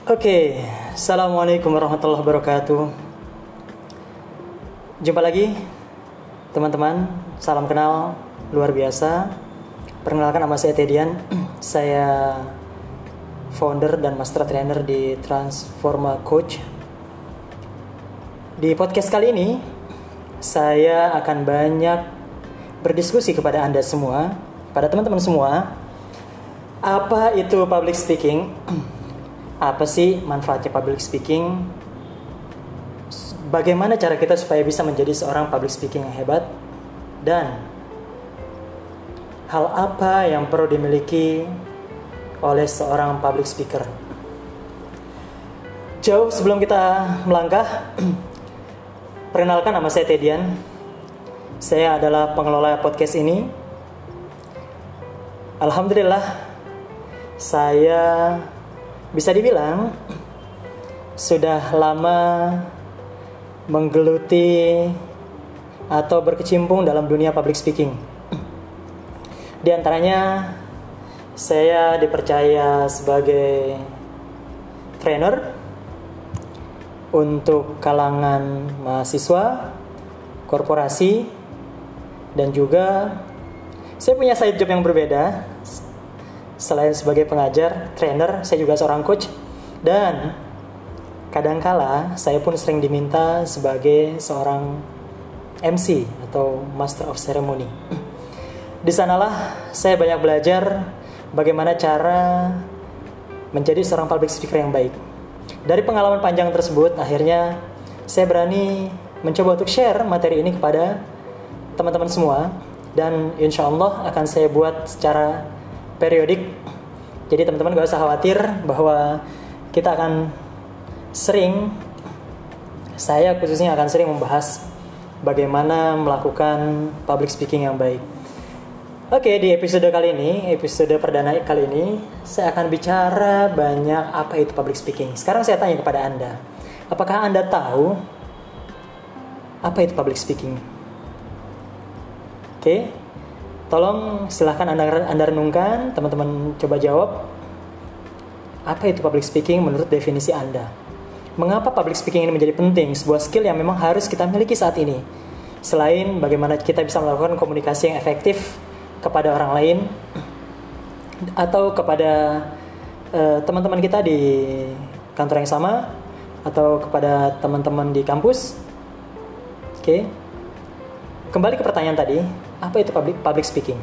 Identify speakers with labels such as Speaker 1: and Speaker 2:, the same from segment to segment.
Speaker 1: Oke, Assalamualaikum warahmatullahi wabarakatuh. Jumpa lagi teman-teman, salam kenal luar biasa. Perkenalkan, nama saya Tedian. Saya founder dan master trainer di Transforma Coach. Di podcast kali ini saya akan banyak berdiskusi kepada Anda semua, pada teman-teman semua. Apa itu public speaking? Apa sih manfaatnya public speaking? Bagaimana cara kita supaya bisa menjadi seorang public speaking yang hebat? Dan hal apa yang perlu dimiliki oleh seorang public speaker? Jauh sebelum kita melangkah, perkenalkan, nama saya Tedian. Saya adalah pengelola podcast ini. Alhamdulillah, saya bisa dibilang sudah lama menggeluti atau berkecimpung dalam dunia public speaking. Di antaranya saya dipercaya sebagai trainer untuk kalangan mahasiswa, korporasi, dan juga saya punya side job yang berbeda. Selain sebagai pengajar, trainer, saya juga seorang coach. Dan kadangkala saya pun sering diminta sebagai seorang MC atau Master of Ceremony. Di sanalah saya banyak belajar bagaimana cara menjadi seorang public speaker yang baik. Dari pengalaman panjang tersebut, akhirnya saya berani mencoba untuk share materi ini kepada teman-teman semua. Dan insya Allah akan saya buat secara periodik. Jadi teman-teman gak usah khawatir bahwa kita akan sering, saya khususnya akan sering membahas bagaimana melakukan public speaking yang baik. Oke, di episode perdana kali ini, saya akan bicara banyak apa itu public speaking. Sekarang saya tanya kepada Anda, apakah Anda tahu apa itu public speaking? Oke, tolong silahkan Anda renungkan, teman-teman coba jawab. Apa itu public speaking menurut definisi Anda? Mengapa public speaking ini menjadi penting? Sebuah skill yang memang harus kita miliki saat ini. Selain bagaimana kita bisa melakukan komunikasi yang efektif kepada orang lain atau kepada teman-teman kita di kantor yang sama atau kepada teman-teman di kampus. Oke. Kembali ke pertanyaan tadi, apa itu public speaking?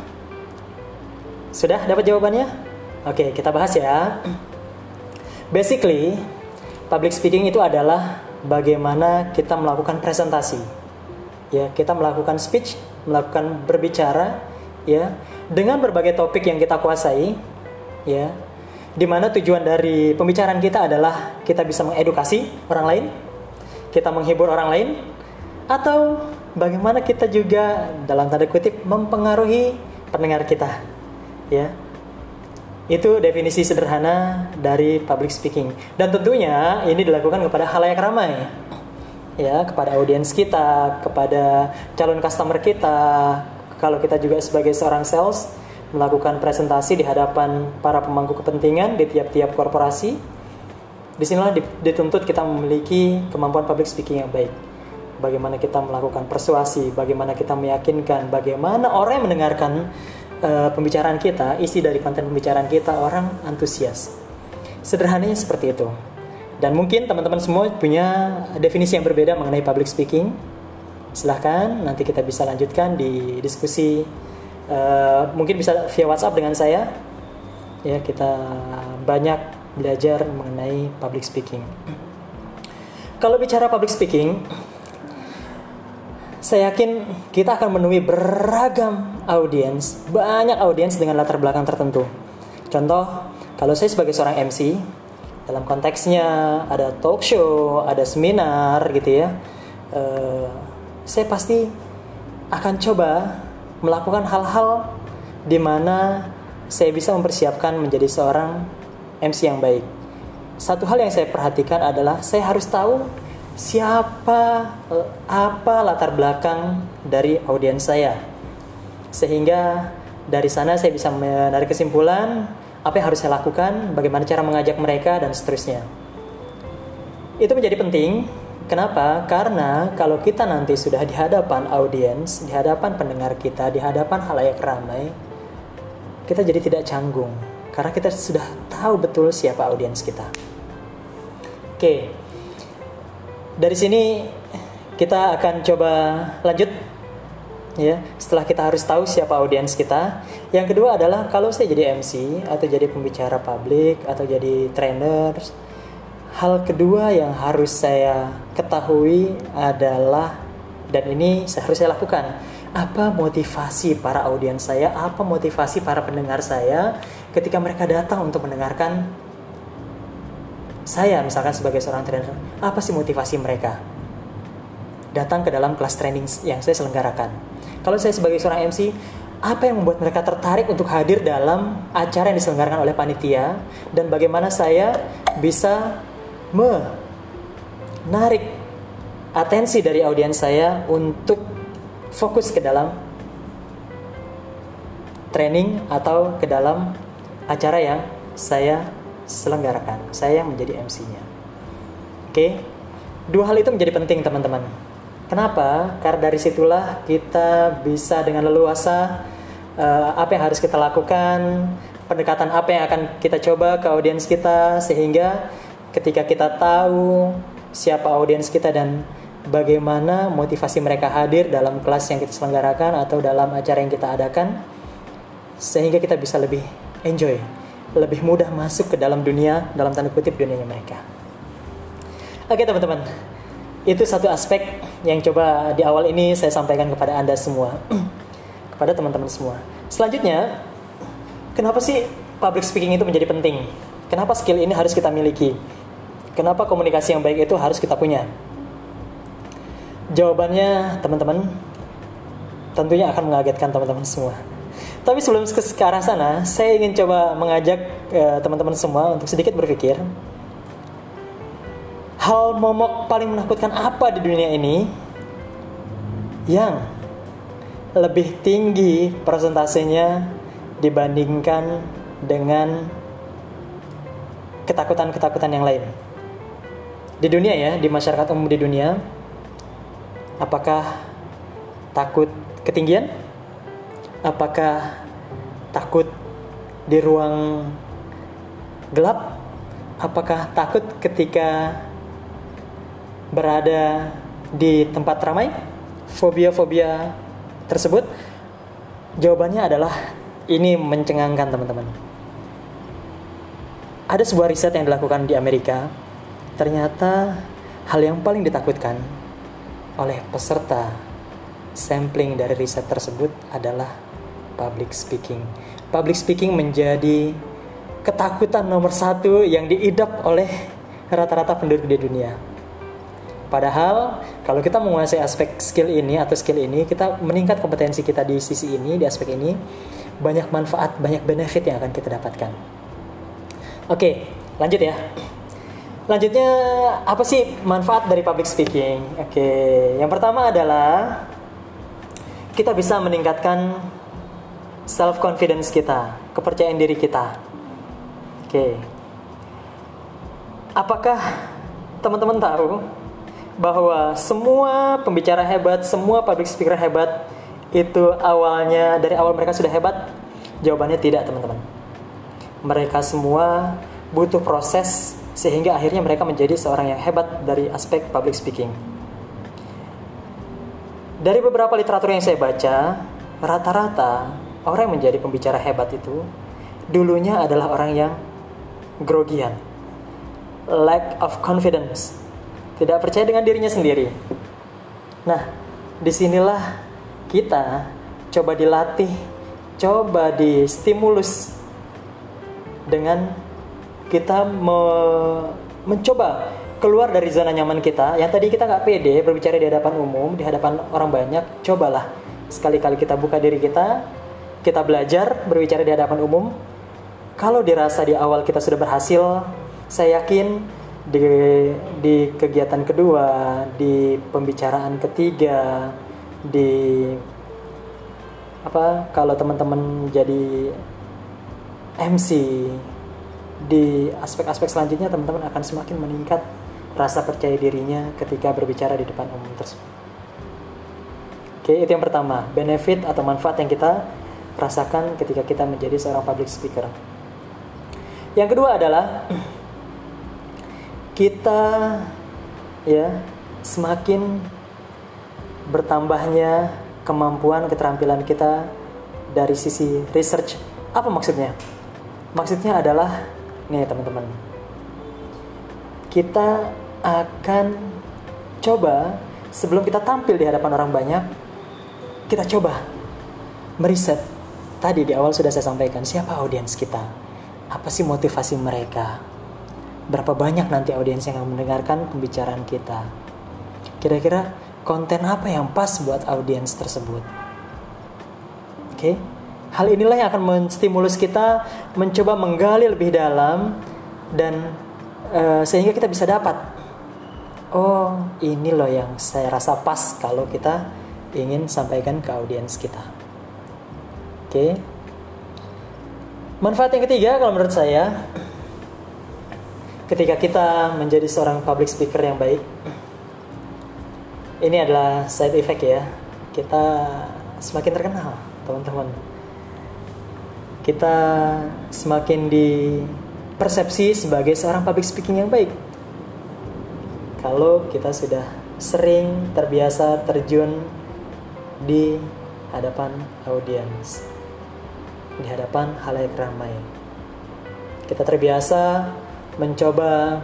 Speaker 1: Sudah dapat jawabannya? Oke, kita bahas ya. Basically, public speaking itu adalah bagaimana kita melakukan presentasi. Ya, kita melakukan speech, melakukan berbicara ya dengan berbagai topik yang kita kuasai ya. Di mana tujuan dari pembicaraan kita adalah kita bisa mengedukasi orang lain, kita menghibur orang lain, atau bagaimana kita juga dalam tanda kutip mempengaruhi pendengar kita ya. Itu definisi sederhana dari public speaking. Dan tentunya ini dilakukan kepada khalayak ramai ya, kepada audiens kita, kepada calon customer kita. Kalau kita juga sebagai seorang sales melakukan presentasi di hadapan para pemangku kepentingan di tiap-tiap korporasi, disinilah dituntut kita memiliki kemampuan public speaking yang baik. Bagaimana kita melakukan persuasi, bagaimana kita meyakinkan, bagaimana orang yang mendengarkan pembicaraan kita, isi dari konten pembicaraan kita, orang antusias. Sederhananya seperti itu. Dan mungkin teman-teman semua punya definisi yang berbeda mengenai public speaking. Silahkan, nanti kita bisa lanjutkan di diskusi, mungkin bisa via WhatsApp dengan saya. Ya, kita banyak belajar mengenai public speaking. Kalau bicara public speaking, saya yakin kita akan menemui beragam audiens, banyak audiens dengan latar belakang tertentu. Contoh, kalau saya sebagai seorang MC, dalam konteksnya ada talk show, ada seminar gitu ya, saya pasti akan coba melakukan hal-hal di mana saya bisa mempersiapkan menjadi seorang MC yang baik. Satu hal yang saya perhatikan adalah saya harus tahu apa latar belakang dari audiens saya. Sehingga dari sana saya bisa menarik kesimpulan apa yang harus saya lakukan, bagaimana cara mengajak mereka, dan seterusnya. Itu menjadi penting. Kenapa? Karena kalau kita nanti sudah di hadapan audiens, di hadapan pendengar kita, di hadapan khalayak ramai, kita jadi tidak canggung. Karena kita sudah tahu betul siapa audiens kita. Oke. Dari sini kita akan coba lanjut. Ya, setelah kita harus tahu siapa audiens kita. Yang kedua adalah kalau saya jadi MC atau jadi pembicara publik atau jadi trainer, hal kedua yang harus saya ketahui adalah, dan ini harus saya lakukan, apa motivasi para audiens saya, apa motivasi para pendengar saya ketika mereka datang untuk mendengarkan saya, misalkan sebagai seorang trainer. Apa sih motivasi mereka datang ke dalam kelas training yang saya selenggarakan? Kalau saya sebagai seorang MC, apa yang membuat mereka tertarik untuk hadir dalam acara yang diselenggarakan oleh panitia, dan bagaimana saya bisa menarik atensi dari audiens saya untuk fokus ke dalam training atau ke dalam acara yang saya selenggarakan, saya yang menjadi MC-nya. Oke, dua hal itu menjadi penting, teman-teman. Kenapa? Karena dari situlah kita bisa dengan leluasa apa yang harus kita lakukan, pendekatan apa yang akan kita coba ke audiens kita, sehingga ketika kita tahu siapa audiens kita dan bagaimana motivasi mereka hadir dalam kelas yang kita selenggarakan atau dalam acara yang kita adakan, sehingga kita bisa lebih enjoy, lebih mudah masuk ke dalam dunia, dalam tanda kutip, dunianya mereka. Oke, teman-teman, itu satu aspek yang coba di awal ini saya sampaikan kepada Anda semua, kepada teman-teman semua. Selanjutnya, kenapa sih public speaking itu menjadi penting? Kenapa skill ini harus kita miliki? Kenapa komunikasi yang baik itu harus kita punya? Jawabannya, teman-teman, tentunya akan mengagetkan teman-teman semua. Tapi sebelum ke arah sana, saya ingin coba mengajak teman-teman semua untuk sedikit berpikir. Hal momok paling menakutkan apa di dunia ini yang lebih tinggi persentasenya dibandingkan dengan ketakutan-ketakutan yang lain? Di dunia ya, di masyarakat umum di dunia, apakah takut ketinggian? Apakah takut di ruang gelap? Apakah takut ketika berada di tempat ramai? Fobia-fobia tersebut, jawabannya adalah ini mencengangkan, teman-teman. Ada sebuah riset yang dilakukan di Amerika. Ternyata hal yang paling ditakutkan oleh peserta sampling dari riset tersebut adalah public speaking. Public speaking menjadi ketakutan nomor satu yang diidap oleh rata-rata penduduk di dunia. Padahal kalau kita menguasai aspek skill ini atau skill ini, kita meningkat kompetensi kita di sisi ini, di aspek ini, banyak manfaat, banyak benefit yang akan kita dapatkan. Oke, lanjut ya. Lanjutnya, apa sih manfaat dari public speaking? Oke, yang pertama adalah kita bisa meningkatkan self confidence kita, kepercayaan diri kita. Oke. Apakah teman-teman tahu bahwa semua pembicara hebat, semua public speaker hebat itu awalnya, dari awal mereka sudah hebat? Jawabannya tidak, teman-teman. Mereka semua butuh proses sehingga akhirnya mereka menjadi seorang yang hebat dari aspek public speaking. Dari beberapa literatur yang saya baca, rata-rata orang yang menjadi pembicara hebat itu dulunya adalah orang yang grogian, lack of confidence, tidak percaya dengan dirinya sendiri. Nah, disinilah kita coba dilatih, coba distimulus dengan kita mencoba keluar dari zona nyaman kita. Yang tadi kita nggak pede berbicara di hadapan umum, di hadapan orang banyak. Cobalah sekali-kali kita buka diri kita belajar berbicara di hadapan umum. Kalau dirasa di awal kita sudah berhasil, saya yakin di kegiatan kedua, di pembicaraan ketiga, kalau teman-teman jadi MC, di aspek-aspek selanjutnya teman-teman akan semakin meningkat rasa percaya dirinya ketika berbicara di depan umum tersebut. Oke, itu yang pertama, benefit atau manfaat yang kita rasakan ketika kita menjadi seorang public speaker. Yang kedua adalah kita semakin bertambahnya kemampuan keterampilan kita dari sisi research. Apa maksudnya? Maksudnya adalah nih teman-teman, kita akan coba sebelum kita tampil di hadapan orang banyak, kita coba meriset. Tadi di awal sudah saya sampaikan, siapa audiens kita, apa sih motivasi mereka, berapa banyak nanti audiens yang mendengarkan pembicaraan kita, kira-kira konten apa yang pas buat audiens tersebut. Oke? Hal inilah yang akan menstimulus kita mencoba menggali lebih dalam dan sehingga kita bisa dapat, oh ini loh yang saya rasa pas kalau kita ingin sampaikan ke audiens kita. Oke. Manfaat yang ketiga kalau menurut saya, ketika kita menjadi seorang public speaker yang baik, ini adalah side effect ya, kita semakin terkenal teman-teman. Kita semakin dipersepsi sebagai seorang public speaking yang baik kalau kita sudah sering terbiasa terjun di hadapan audiens, di hadapan halayak ramai. Kita terbiasa mencoba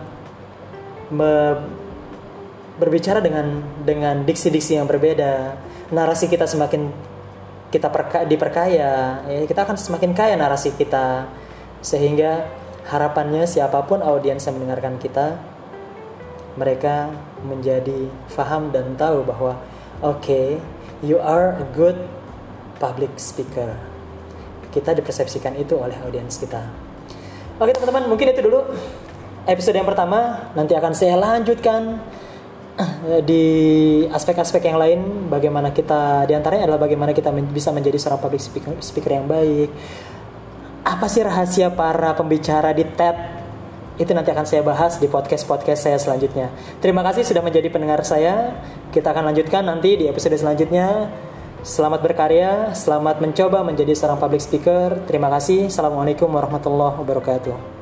Speaker 1: berbicara dengan diksi-diksi yang berbeda. Narasi kita semakin kita diperkaya, ya, kita akan semakin kaya narasi kita, sehingga harapannya siapapun audiens yang mendengarkan kita, mereka menjadi faham dan tahu bahwa okay, you are a good public speaker. Kita dipersepsikan itu oleh audiens kita. Oke teman-teman, mungkin itu dulu episode yang pertama. Nanti akan saya lanjutkan di aspek-aspek yang lain, bagaimana kita, diantaranya adalah bagaimana kita bisa menjadi seorang public speaker yang baik. Apa sih rahasia para pembicara di TED? Itu nanti akan saya bahas di podcast saya selanjutnya. Terima kasih sudah menjadi pendengar saya. Kita akan lanjutkan nanti di episode selanjutnya. Selamat berkarya, selamat mencoba menjadi seorang public speaker. Terima kasih. Assalamualaikum warahmatullahi wabarakatuh.